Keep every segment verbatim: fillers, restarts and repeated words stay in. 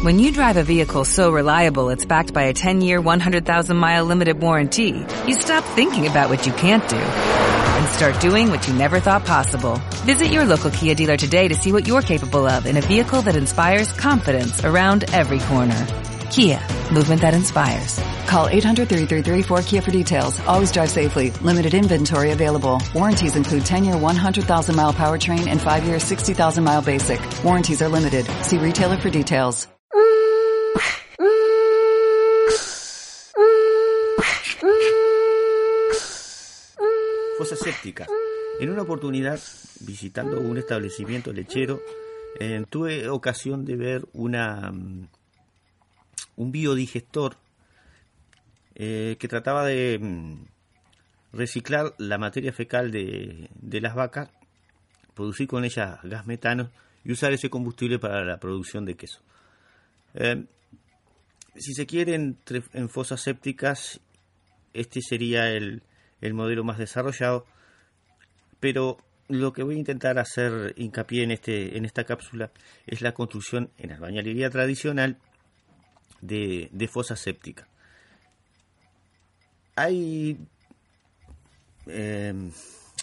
When you drive a vehicle so reliable it's backed by a ten-year, one hundred thousand mile limited warranty, you stop thinking about what you can't do and start doing what you never thought possible. Visit your local Kia dealer today to see what you're capable of in a vehicle that inspires confidence around every corner. Kia, movement that inspires. Call eight hundred, three three three, four K I A for details. Always drive safely. Limited inventory available. Warranties include ten-year, one hundred thousand mile powertrain and five-year, sixty thousand mile basic. Warranties are limited. See retailer for details. Fosa séptica. En una oportunidad, visitando un establecimiento lechero, eh, tuve ocasión de ver una un biodigestor eh, que trataba de mm, reciclar la materia fecal de, de las vacas, producir con ella gas metano y usar ese combustible para la producción de queso. Eh, si se quiere, en, en fosas sépticas, este sería el, el modelo más desarrollado, pero lo que voy a intentar hacer hincapié en, este, en esta cápsula es la construcción en la albañilería tradicional de, de fosas sépticas. Hay, eh,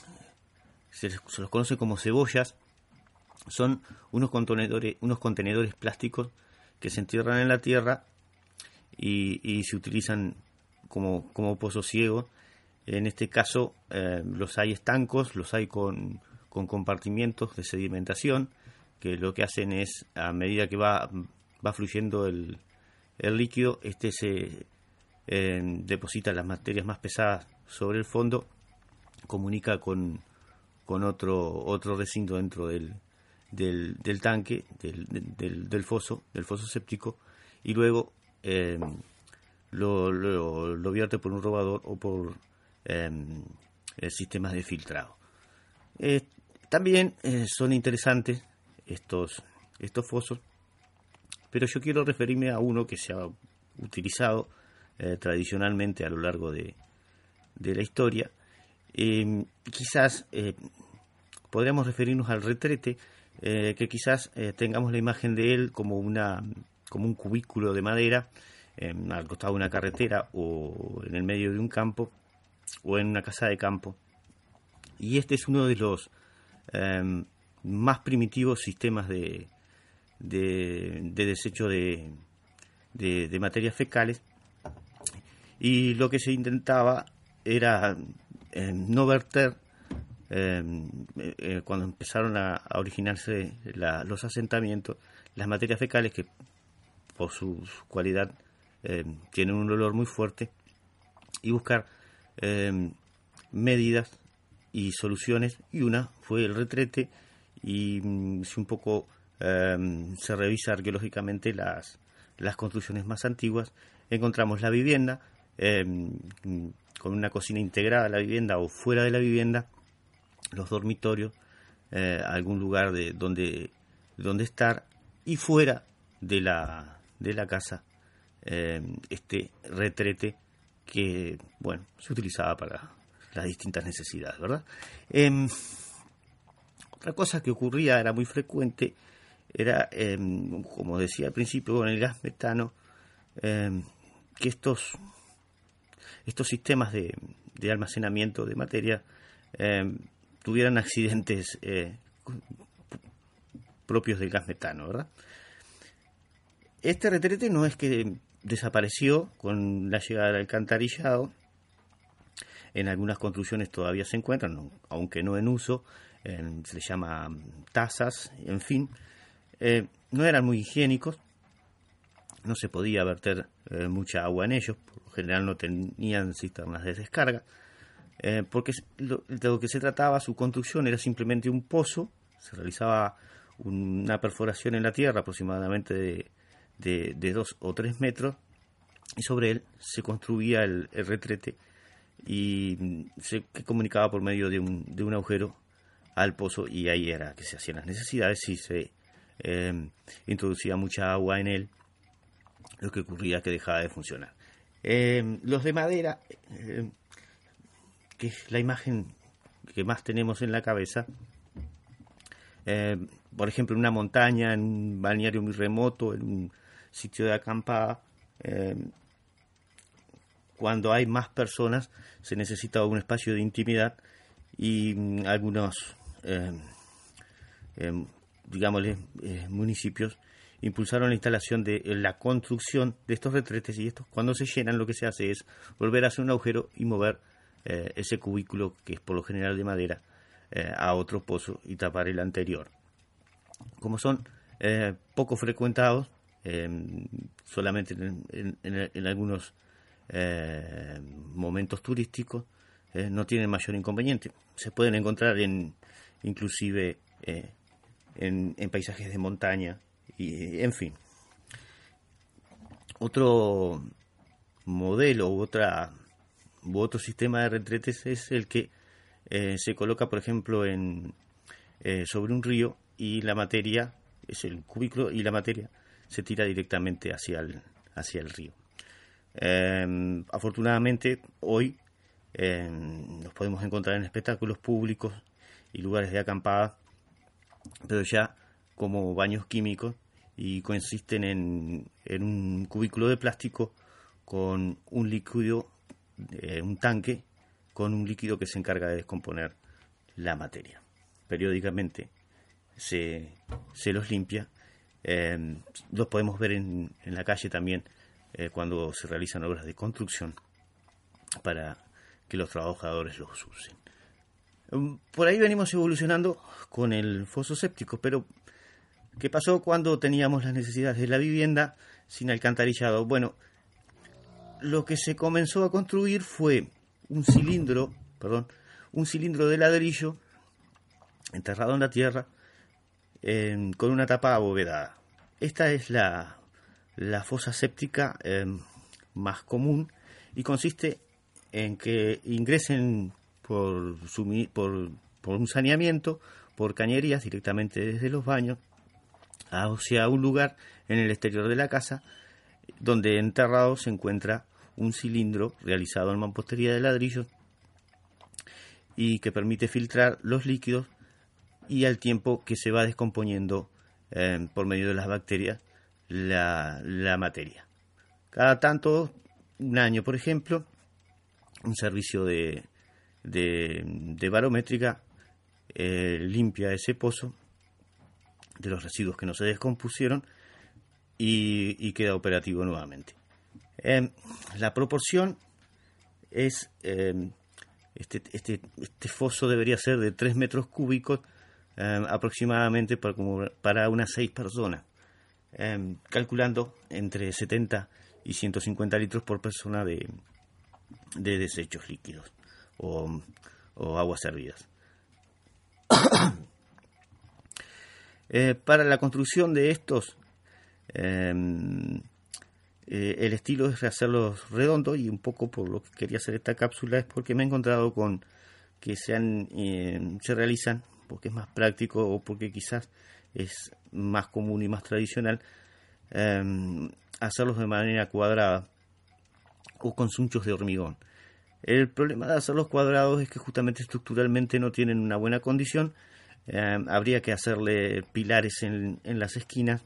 se, se los conoce como cebollas, son unos contenedores, unos contenedores plásticos que se entierran en la tierra y, y se utilizan como, como pozo ciego. En este caso eh, los hay estancos, los hay con, con compartimientos de sedimentación, que lo que hacen es, a medida que va, va fluyendo el, el líquido, este se eh, deposita las materias más pesadas sobre el fondo, comunica con, con otro, otro recinto dentro del, del, del tanque, del, del, del foso, del foso séptico, y luego eh, lo, lo, lo vierte por un robador o por eh, sistemas de filtrado. Eh, también eh, son interesantes estos, estos fosos, pero yo quiero referirme a uno que se ha utilizado eh, tradicionalmente a lo largo de, de la historia. Eh, quizás eh, podríamos referirnos al retrete, eh, que quizás eh, tengamos la imagen de él como, una, como un cubículo de madera eh, al costado de una carretera o en el medio de un campo o en una casa de campo. Y este es uno de los eh, más primitivos sistemas de, de, de desecho de, de, de materias fecales, y lo que se intentaba era eh, no verter eh, eh, cuando empezaron a, a originarse la, los asentamientos, las materias fecales, que por su, su cualidad eh, tienen un olor muy fuerte, y buscar eh, medidas y soluciones, y una fue el retrete. Y mm, si un poco eh, se revisa arqueológicamente las, las construcciones más antiguas, encontramos la vivienda eh, con una cocina integrada a la vivienda o fuera de la vivienda, los dormitorios, eh, algún lugar de donde, donde estar, y fuera de la, de la casa eh, este retrete que, bueno, se utilizaba para las distintas necesidades, ¿verdad? Eh, otra cosa que ocurría, era muy frecuente, era, eh, como decía al principio, con el gas metano, eh, que estos, estos sistemas de, de almacenamiento de materia eh, tuvieran accidentes eh, propios del gas metano, ¿verdad? Este retrete no es que desapareció con la llegada del alcantarillado. En algunas construcciones todavía se encuentran, no, aunque no en uso, eh, se les llama tazas, en fin. Eh, no eran muy higiénicos, no se podía verter eh, mucha agua en ellos, por lo general no tenían cisternas de descarga, eh, porque lo, de lo que se trataba, su construcción era simplemente un pozo, se realizaba una perforación en la tierra aproximadamente de, de, de dos o tres metros, y sobre él se construía el, el retrete, y se comunicaba por medio de un, de un agujero al pozo, y ahí era que se hacían las necesidades. Si se eh, introducía mucha agua en él, lo que ocurría es que dejaba de funcionar. Eh, los de madera, eh, que es la imagen que más tenemos en la cabeza, eh, por ejemplo, en una montaña, en un balneario muy remoto, en un sitio de acampada. Eh, cuando hay más personas se necesita un espacio de intimidad y mm, algunos, eh, eh, digámosle, eh, municipios impulsaron la instalación de la construcción de estos retretes, y estos, cuando se llenan, lo que se hace es volver a hacer un agujero y mover eh, ese cubículo, que es por lo general de madera, eh, a otro pozo y tapar el anterior. Como son eh, poco frecuentados, eh, solamente en, en, en, en algunos eh, momentos turísticos, eh, no tienen mayor inconveniente. Se pueden encontrar en inclusive eh, en, en paisajes de montaña, y en fin. Otro modelo u otra u otro sistema de retretes es el que eh, se coloca, por ejemplo, en eh, sobre un río, y la materia es el cubículo y la materia se tira directamente hacia el hacia el río. Eh, afortunadamente hoy eh, nos podemos encontrar en espectáculos públicos y lugares de acampada, pero ya como baños químicos, y consisten en, en un cubículo de plástico con un líquido, eh, un tanque con un líquido que se encarga de descomponer la materia. Periódicamente se, se los limpia. Eh, los podemos ver en, en la calle también eh, cuando se realizan obras de construcción para que los trabajadores los usen. Por ahí venimos evolucionando con el foso séptico, pero ¿qué pasó cuando teníamos las necesidades de la vivienda sin alcantarillado? Bueno, lo que se comenzó a construir fue un cilindro, perdón, un cilindro de ladrillo enterrado en la tierra eh, con una tapa abovedada. Esta es la, la fosa séptica eh, más común, y consiste en que ingresen por, por, por un saneamiento, por cañerías directamente desde los baños, hacia un lugar en el exterior de la casa, donde enterrado se encuentra un cilindro realizado en mampostería de ladrillo y que permite filtrar los líquidos, y al tiempo que se va descomponiendo eh, por medio de las bacterias la, la materia. Cada tanto, un año por ejemplo, un servicio de, de, de barométrica eh, limpia ese pozo de los residuos que no se descompusieron y, y queda operativo nuevamente. Eh, la proporción es, eh, este, este, este foso debería ser de tres metros cúbicos eh, aproximadamente para, como para unas seis personas, eh, calculando entre setenta y ciento cincuenta litros por persona de, de desechos líquidos o, o aguas servidas. Eh, para la construcción de estos, eh, eh, el estilo es hacerlos redondos, y un poco por lo que quería hacer esta cápsula es porque me he encontrado con que se, han, eh, se realizan porque es más práctico o porque quizás es más común y más tradicional eh, hacerlos de manera cuadrada o con sunchos de hormigón. El problema de hacerlos cuadrados es que justamente estructuralmente no tienen una buena condición. Eh, habría que hacerle pilares en, en las esquinas,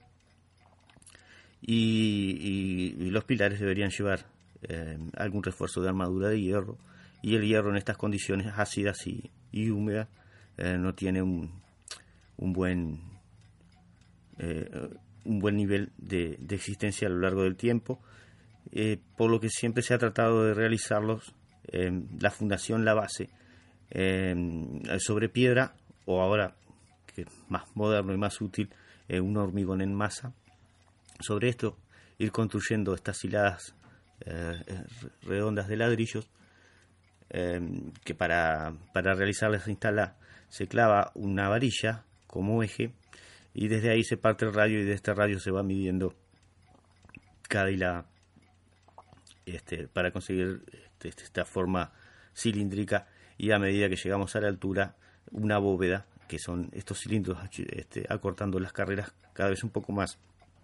y, y, y los pilares deberían llevar eh, algún refuerzo de armadura de hierro, y el hierro en estas condiciones ácidas y, y húmedas eh, no tiene un, un buen eh, un buen nivel de, de existencia a lo largo del tiempo, eh, por lo que siempre se ha tratado de realizarlos eh, la fundación, la base eh, sobre piedra, o ahora, que es más moderno y más útil, eh, un hormigón en masa. Sobre esto ir construyendo estas hiladas eh, redondas de ladrillos, eh, que para, para realizarlas se instala, se clava una varilla como eje, y desde ahí se parte el radio, y de este radio se va midiendo cada hilada este, para conseguir este, esta forma cilíndrica, y a medida que llegamos a la altura, una bóveda, que son estos cilindros este, acortando las carreras cada vez un poco más,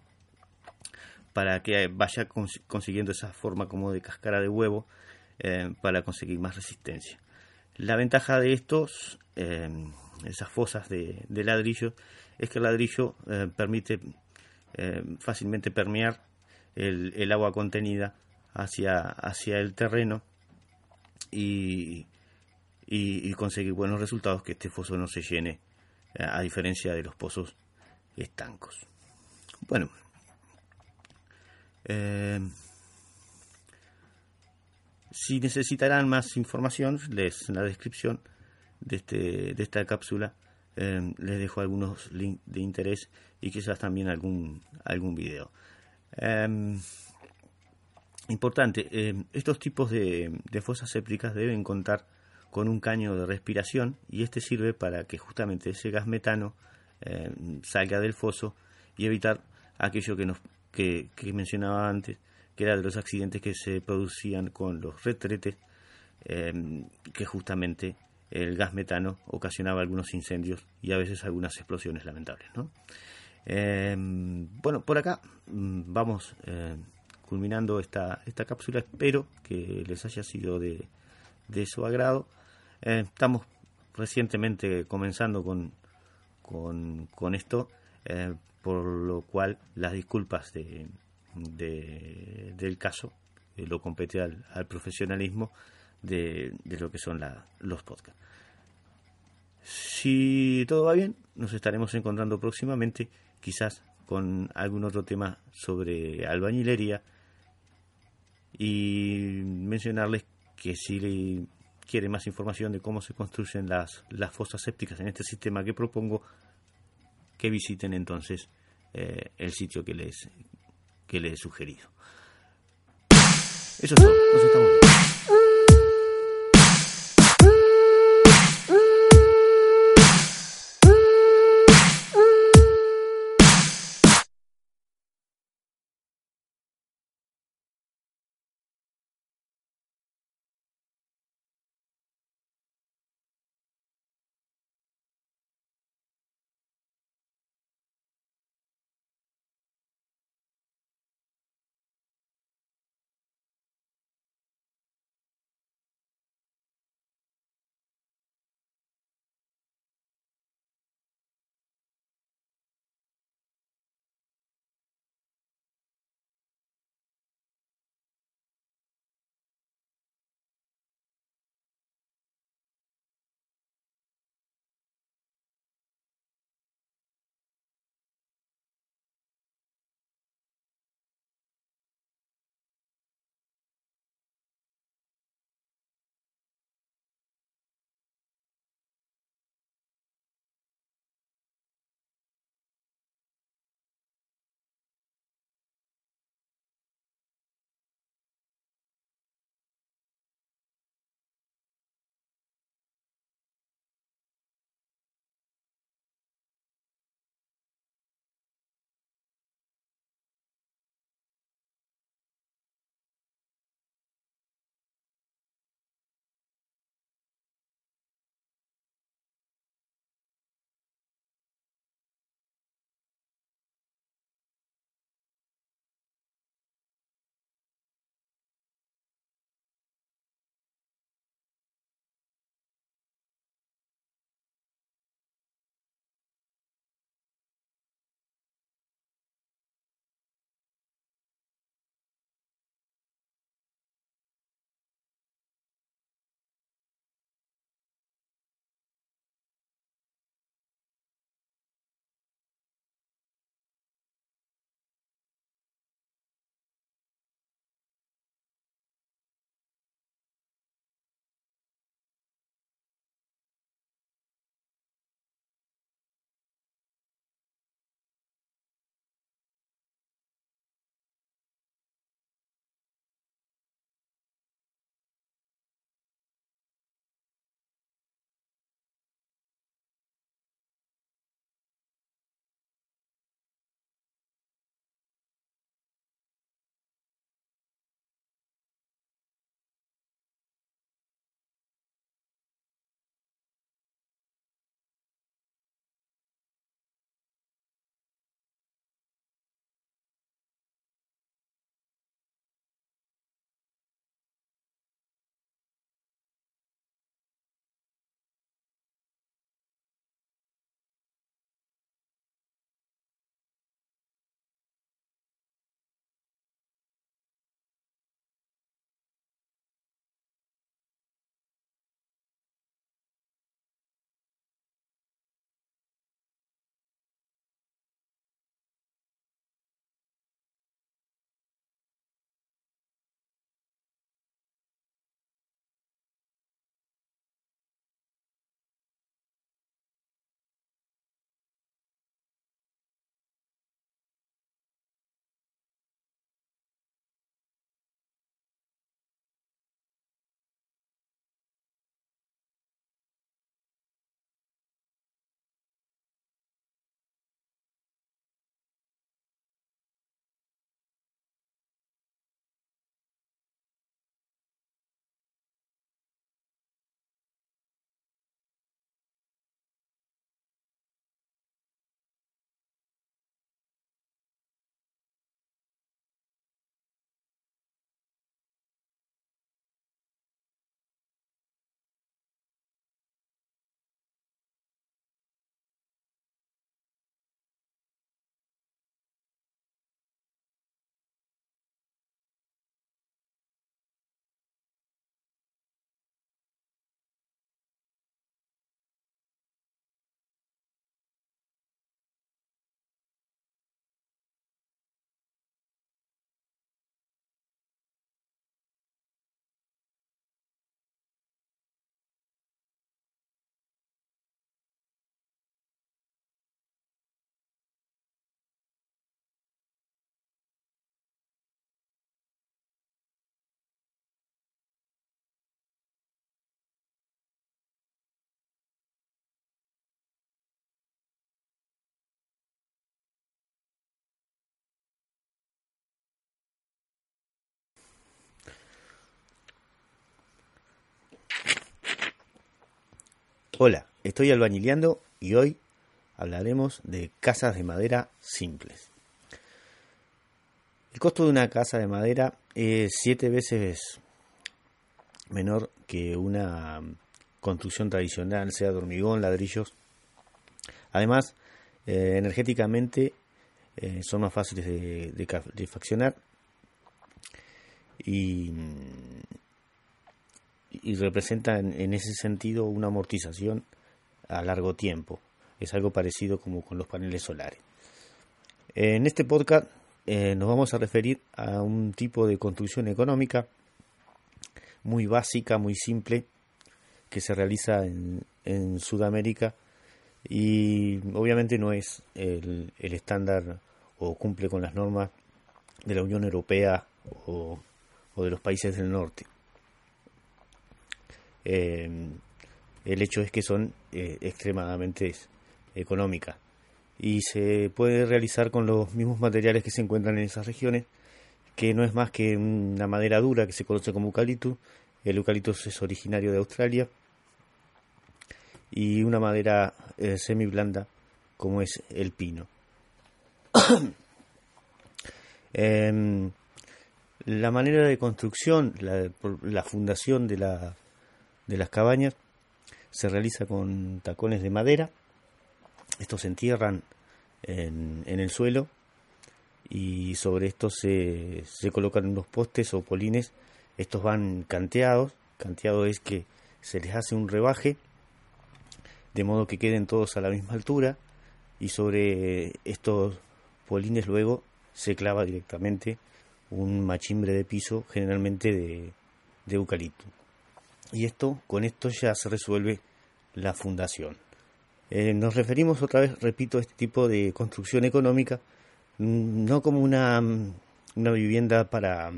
para que vaya cons- consiguiendo esa forma como de cáscara de huevo, eh, para conseguir más resistencia. La ventaja de estos, eh, esas fosas de, de ladrillo, es que el ladrillo eh, permite eh, fácilmente permear el, el agua contenida hacia, hacia el terreno y, y, y conseguir buenos resultados, que este foso no se llene, eh, a diferencia de los pozos estancos. Bueno, eh, si necesitarán más información, les en la descripción de, este, de esta cápsula eh, les dejo algunos links de interés y quizás también algún, algún video. Eh, importante, eh, estos tipos de, de fosas sépticas deben contar con un caño de respiración, y este sirve para que justamente ese gas metano eh, salga del foso y evitar aquello que, nos, que, que mencionaba antes, que era de los accidentes que se producían con los retretes, eh, que justamente el gas metano ocasionaba algunos incendios y a veces algunas explosiones lamentables, ¿no? Eh, bueno, por acá vamos eh, culminando esta, esta cápsula. Espero que les haya sido de, de su agrado. Eh, estamos recientemente comenzando con, con, con esto, eh, por lo cual las disculpas de, de, del caso eh, lo compete al, al profesionalismo de, de lo que son la, los podcasts. Si todo va bien, nos estaremos encontrando próximamente, quizás con algún otro tema sobre albañilería, y mencionarles que si le quiere más información de cómo se construyen las, las fosas sépticas en este sistema que propongo, que visiten entonces eh, el sitio que les, que les he sugerido. Eso es todo, nos estamos viendo. Hola, estoy albañileando y hoy hablaremos de casas de madera simples. El costo de una casa de madera es siete veces menor que una construcción tradicional, sea de hormigón, ladrillos. Además, eh, energéticamente eh, son más fáciles de, de, de faccionar y, y representan en ese sentido una amortización a largo tiempo. Es algo parecido como con los paneles solares. En este podcast eh, nos vamos a referir a un tipo de construcción económica muy básica, muy simple, que se realiza en, en Sudamérica y obviamente no es el, el estándar o cumple con las normas de la Unión Europea o, o de los países del norte. Eh, el hecho es que son eh, extremadamente económicas y se puede realizar con los mismos materiales que se encuentran en esas regiones, que no es más que una madera dura que se conoce como eucalipto. El eucalipto es originario de Australia, y una madera eh, semi blanda como es el pino. eh, la manera de construcción, la, la fundación de, la, de las cabañas se realiza con tacones de madera. Estos se entierran en, en el suelo y sobre estos se, se colocan unos postes o polines. Estos van canteados. Canteado es que se les hace un rebaje de modo que queden todos a la misma altura, y sobre estos polines luego se clava directamente un machimbre de piso, generalmente de, de eucalipto. Y esto, con esto ya se resuelve la fundación. Eh, nos referimos otra vez, repito, a este tipo de construcción económica, no como una, una vivienda para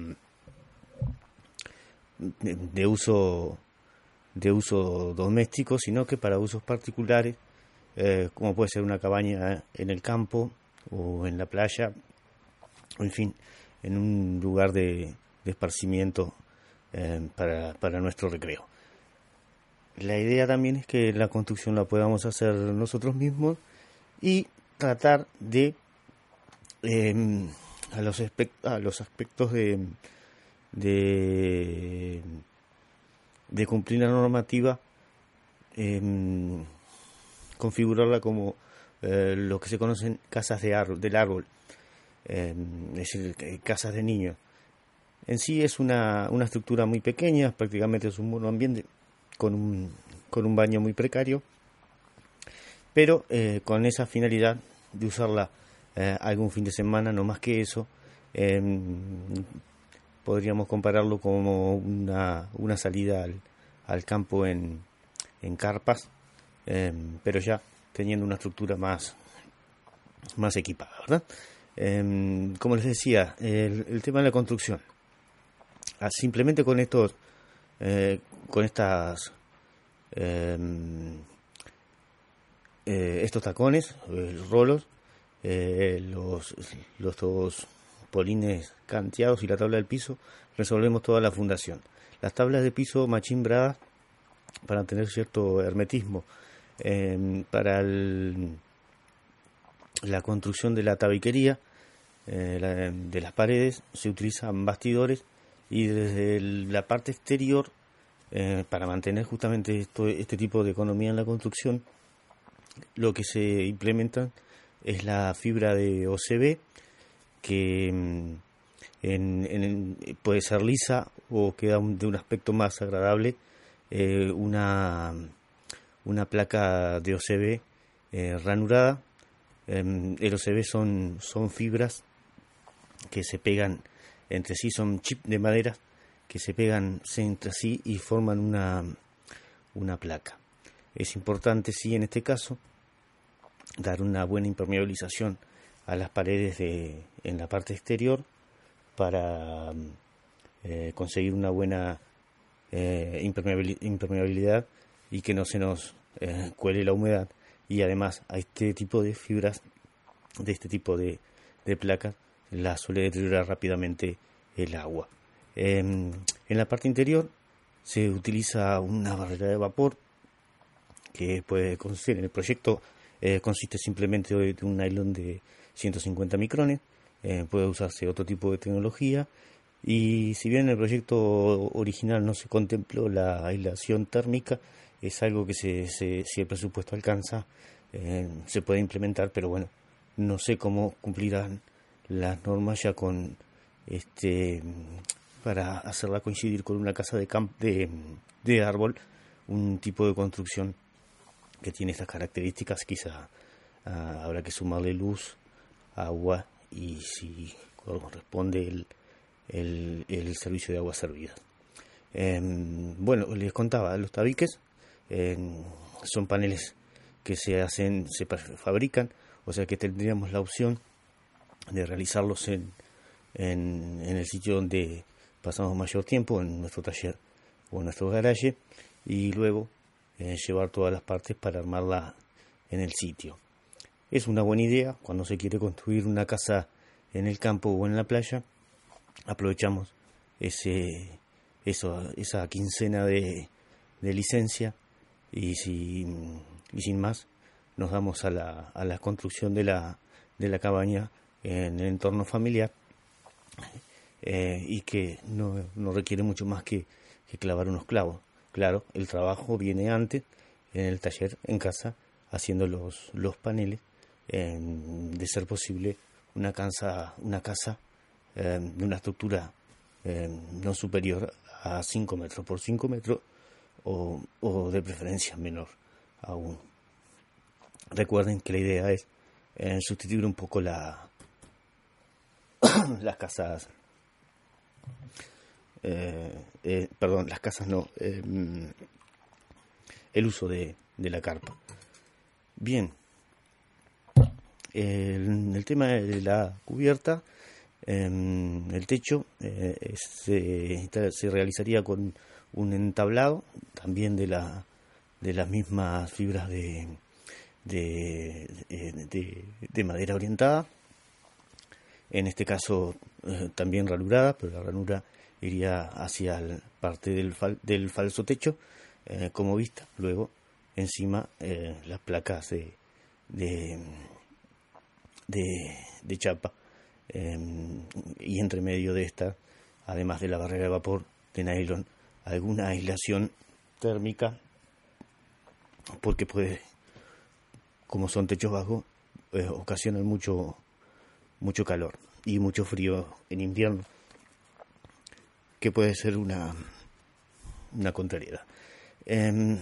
de, de uso de uso doméstico, sino que para usos particulares, eh, como puede ser una cabaña en el campo o en la playa, o en fin, en un lugar de, de esparcimiento eh, para, para nuestro recreo. La idea también es que la construcción la podamos hacer nosotros mismos y tratar de eh, a los aspect- a los aspectos de de de cumplir la normativa, eh, configurarla como eh, lo que se conocen casas de árbol, del árbol, eh, es decir, casas de niños. En sí es una, una estructura muy pequeña, prácticamente es un monoambiente con un, con un baño muy precario, pero eh, con esa finalidad de usarla eh, algún fin de semana, no más que eso. eh, Podríamos compararlo como una, una salida al, al campo en, en carpas, eh, pero ya teniendo una estructura más, más equipada, ¿verdad? Eh, como les decía, el, el tema de la construcción. Ah, simplemente con estos, eh, con estas, eh, eh, estos tacones, eh, rolos, eh, los, los dos polines canteados y la tabla del piso, resolvemos toda la fundación. Las tablas de piso machimbradas para tener cierto hermetismo. Eh, para el, la construcción de la tabiquería, eh, la, de las paredes, se utilizan bastidores, y desde el, la parte exterior, eh, para mantener justamente esto, este tipo de economía en la construcción, lo que se implementa es la fibra de O C B, que en, en, puede ser lisa o queda un, de un aspecto más agradable, eh, una, una placa de O C B eh, ranurada. Eh, el O C B son, son fibras que se pegan entre sí, son chips de madera que se pegan entre sí y forman una, una placa. Es importante, sí, en este caso, dar una buena impermeabilización a las paredes de, en la parte exterior para eh, conseguir una buena eh, impermeabilidad y que no se nos eh, cuele la humedad. Y además a este tipo de fibras, de este tipo de, de placas, la suele deteriorar rápidamente el agua. Eh, en la parte interior se utiliza una barrera de vapor que puede consistir en el proyecto eh, consiste simplemente de un nylon de ciento cincuenta micrones, eh, puede usarse otro tipo de tecnología, y si bien en el proyecto original no se contempló la aislación térmica, es algo que se, se, si el presupuesto alcanza, eh, se puede implementar, pero bueno, no sé cómo cumplirán las normas ya con este para hacerla coincidir con una casa de camp de, de árbol, un tipo de construcción que tiene estas características. Quizá uh, habrá que sumarle luz, agua y si corresponde el, el, el servicio de agua servida. Eh, bueno, les contaba, los tabiques eh, son paneles que se hacen, se fabrican, o sea que tendríamos la opción de realizarlos en, en, en el sitio donde pasamos mayor tiempo, en nuestro taller o en nuestro garaje, y luego eh, llevar todas las partes para armarla en el sitio. Es una buena idea cuando se quiere construir una casa en el campo o en la playa. Aprovechamos ese, eso, esa quincena de, de licencia y, si, y sin más nos damos a la, a la construcción de la, de la cabaña en el entorno familiar, eh, y que no, no requiere mucho más que, que clavar unos clavos. Claro, el trabajo viene antes en el taller, en casa, haciendo los, los paneles, eh, de ser posible una casa, una casa eh, de una estructura eh, no superior a cinco metros por cinco metros o, o de preferencia menor aún. Recuerden que la idea es eh, sustituir un poco la las casas eh, eh, perdón, las casas no eh, el uso de, de la carpa. Bien, el, el tema de la cubierta, eh, el techo eh, se, se realizaría con un entablado también de la de las mismas fibras de de, de, de madera orientada, en este caso eh, también ranurada, pero la ranura iría hacia la parte del, fal, del falso techo, eh, como vista. Luego encima eh, las placas de de, de, de chapa, eh, y entre medio de esta, además de la barrera de vapor de nylon, alguna aislación térmica, porque puede, como son techos bajos, eh, ocasionan mucho mucho calor y mucho frío en invierno, que puede ser una una contrariedad. Eh,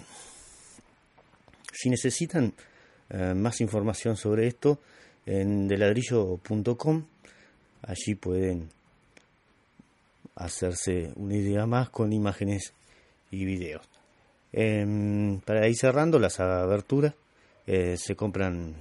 si necesitan eh, más información sobre esto, en deladrillo punto com, allí pueden hacerse una idea más con imágenes y videos. Eh, para ir cerrando, las aberturas eh, se compran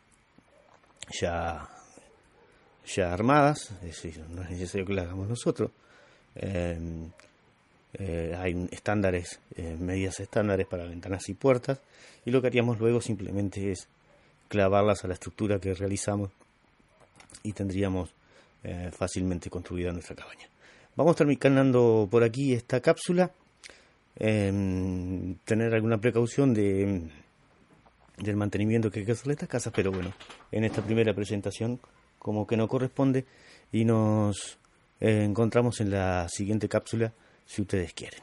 ya ya armadas, es decir, no es necesario que las hagamos nosotros. Eh, eh, hay estándares, eh, medidas estándares para ventanas y puertas, y lo que haríamos luego simplemente es clavarlas a la estructura que realizamos y tendríamos eh, fácilmente construida nuestra cabaña. Vamos terminando por aquí esta cápsula. Eh, tener alguna precaución de del mantenimiento que hay que hacerle a estas casas, pero bueno, en esta primera presentación como que no corresponde, y nos eh, encontramos en la siguiente cápsula si ustedes quieren.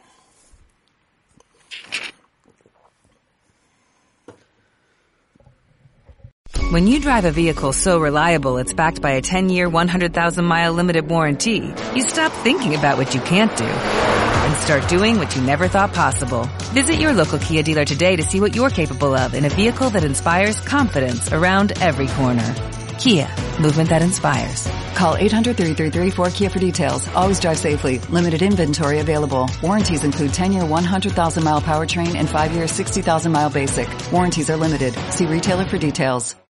When you drive a vehicle so reliable it's backed by a ten-year, one hundred thousand mile limited warranty, you stop thinking about what you can't do and start doing what you never thought possible. Visit your local Kia dealer today to see what you're capable of in a vehicle that inspires confidence around every corner. Kia, movement that inspires. Call eight hundred, three three three, four K I A for details. Always drive safely. Limited inventory available. Warranties include ten-year, one hundred thousand mile powertrain and five-year, sixty thousand mile basic. Warranties are limited. See retailer for details.